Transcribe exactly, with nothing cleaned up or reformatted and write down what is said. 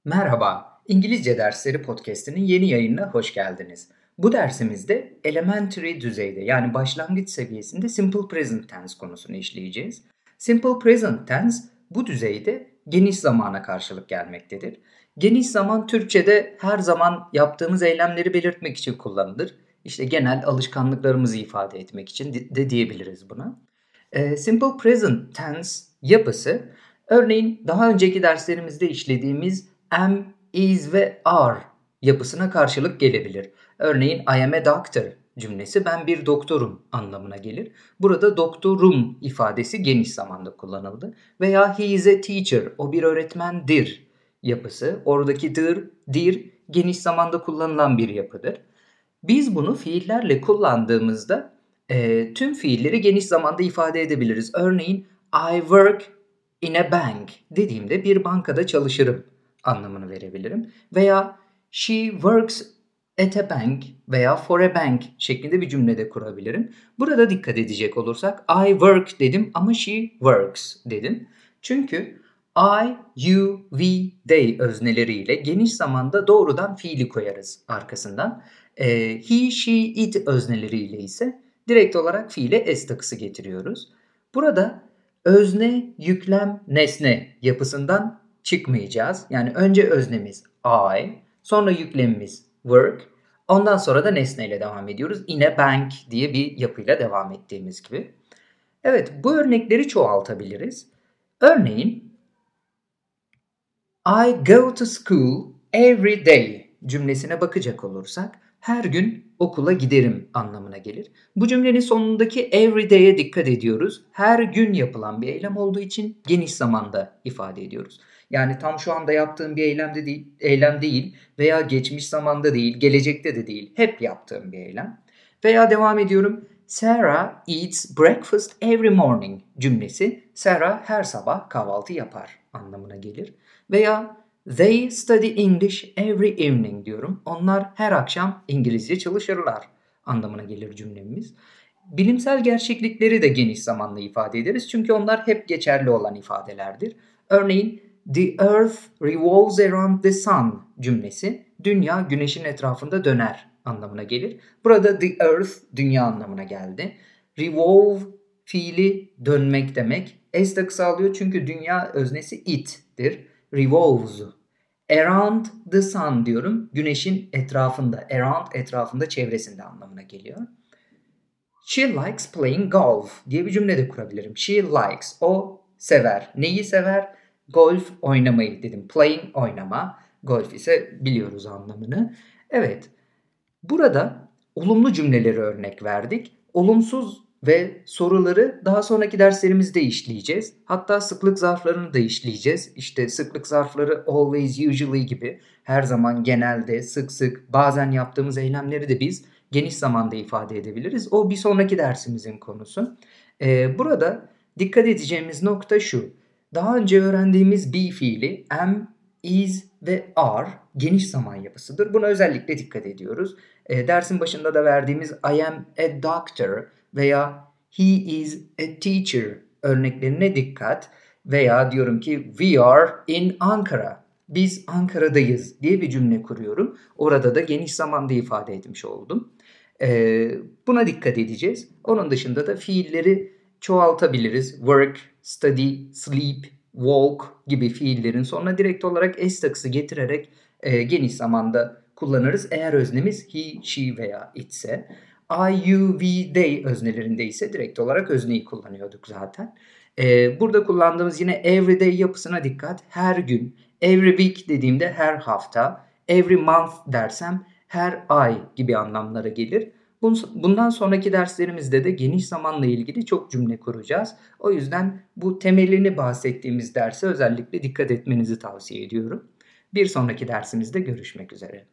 Merhaba, İngilizce Dersleri Podcast'inin yeni yayınına hoş geldiniz. Bu dersimizde elementary düzeyde yani başlangıç seviyesinde simple present tense konusunu işleyeceğiz. Simple present tense bu düzeyde geniş zamana karşılık gelmektedir. Geniş zaman Türkçe'de her zaman yaptığımız eylemleri belirtmek için kullanılır. İşte genel alışkanlıklarımızı ifade etmek için de diyebiliriz buna. E, simple present tense yapısı örneğin daha önceki derslerimizde işlediğimiz am, is ve are yapısına karşılık gelebilir. Örneğin I am a doctor cümlesi ben bir doktorum anlamına gelir. Burada doktorum ifadesi geniş zamanda kullanıldı. Veya he is a teacher, o bir öğretmendir yapısı. Oradaki dir, dir geniş zamanda kullanılan bir yapıdır. Biz bunu fiillerle kullandığımızda e, tüm fiilleri geniş zamanda ifade edebiliriz. Örneğin I work in a bank dediğimde bir bankada çalışırım anlamını verebilirim. Veya she works at a bank veya for a bank şeklinde bir cümlede kurabilirim. Burada dikkat edecek olursak I work dedim ama she works dedim. Çünkü I, you, we, they özneleriyle geniş zamanda doğrudan fiili koyarız arkasından. E, he, she, it özneleriyle ise direkt olarak fiile s takısı getiriyoruz. Burada özne, yüklem, nesne yapısından çıkmayacağız. Yani önce öznemiz I, sonra yüklemimiz work, ondan sonra da nesneyle devam ediyoruz. In a bank diye bir yapıyla devam ettiğimiz gibi. Evet, bu örnekleri çoğaltabiliriz. Örneğin I go to school every day cümlesine bakacak olursak her gün okula giderim anlamına gelir. Bu cümlenin sonundaki every day'e dikkat ediyoruz. Her gün yapılan bir eylem olduğu için geniş zamanda ifade ediyoruz. Yani tam şu anda yaptığım bir eylem de değil, eylem değil veya geçmiş zamanda değil, gelecekte de değil. Hep yaptığım bir eylem. Veya devam ediyorum. Sarah eats breakfast every morning cümlesi Sarah her sabah kahvaltı yapar anlamına gelir. Veya they study English every evening diyorum. Onlar her akşam İngilizce çalışırlar anlamına gelir cümlemiz. Bilimsel gerçeklikleri de geniş zamanla ifade ederiz. Çünkü onlar hep geçerli olan ifadelerdir. Örneğin the earth revolves around the sun cümlesi dünya güneşin etrafında döner anlamına gelir. Burada the earth dünya anlamına geldi. Revolve fiili dönmek demek. S takısı alıyor çünkü dünya öznesi it'tir. Revolves. Around the sun diyorum. Güneşin etrafında. Around etrafında, çevresinde anlamına geliyor. She likes playing golf diye bir cümle de kurabilirim. She likes. O sever. Neyi sever? Golf oynamayı dedim. Playing oynama. Golf ise biliyoruz anlamını. Evet. Burada olumlu cümleleri örnek verdik. Olumsuz ve soruları daha sonraki derslerimizde işleyeceğiz. Hatta sıklık zarflarını da işleyeceğiz. İşte sıklık zarfları always, usually gibi her zaman, genelde, sık sık, bazen yaptığımız eylemleri de biz geniş zamanda ifade edebiliriz. O bir sonraki dersimizin konusu. Ee, burada dikkat edeceğimiz nokta şu. Daha önce öğrendiğimiz be fiili am, is ve are geniş zaman yapısıdır. Buna özellikle dikkat ediyoruz. E, dersin başında da verdiğimiz I am a doctor veya he is a teacher örneklerine dikkat. Veya diyorum ki we are in Ankara. Biz Ankara'dayız diye bir cümle kuruyorum. Orada da geniş zamanda ifade etmiş oldum. E, buna dikkat edeceğiz. Onun dışında da fiilleri çoğaltabiliriz. Work, study, sleep, walk gibi fiillerin sonuna direkt olarak s takısı getirerek e, geniş zamanda kullanırız. Eğer öznemiz he, she veya it ise. I, you, we, they öznelerinde ise direkt olarak özneyi kullanıyorduk zaten. E, burada kullandığımız yine everyday yapısına dikkat. Her gün, every week dediğimde her hafta, every month dersem her ay gibi anlamlara gelir. Bundan sonraki derslerimizde de geniş zamanla ilgili çok cümle kuracağız. O yüzden bu temelini bahsettiğimiz derse özellikle dikkat etmenizi tavsiye ediyorum. Bir sonraki dersimizde görüşmek üzere.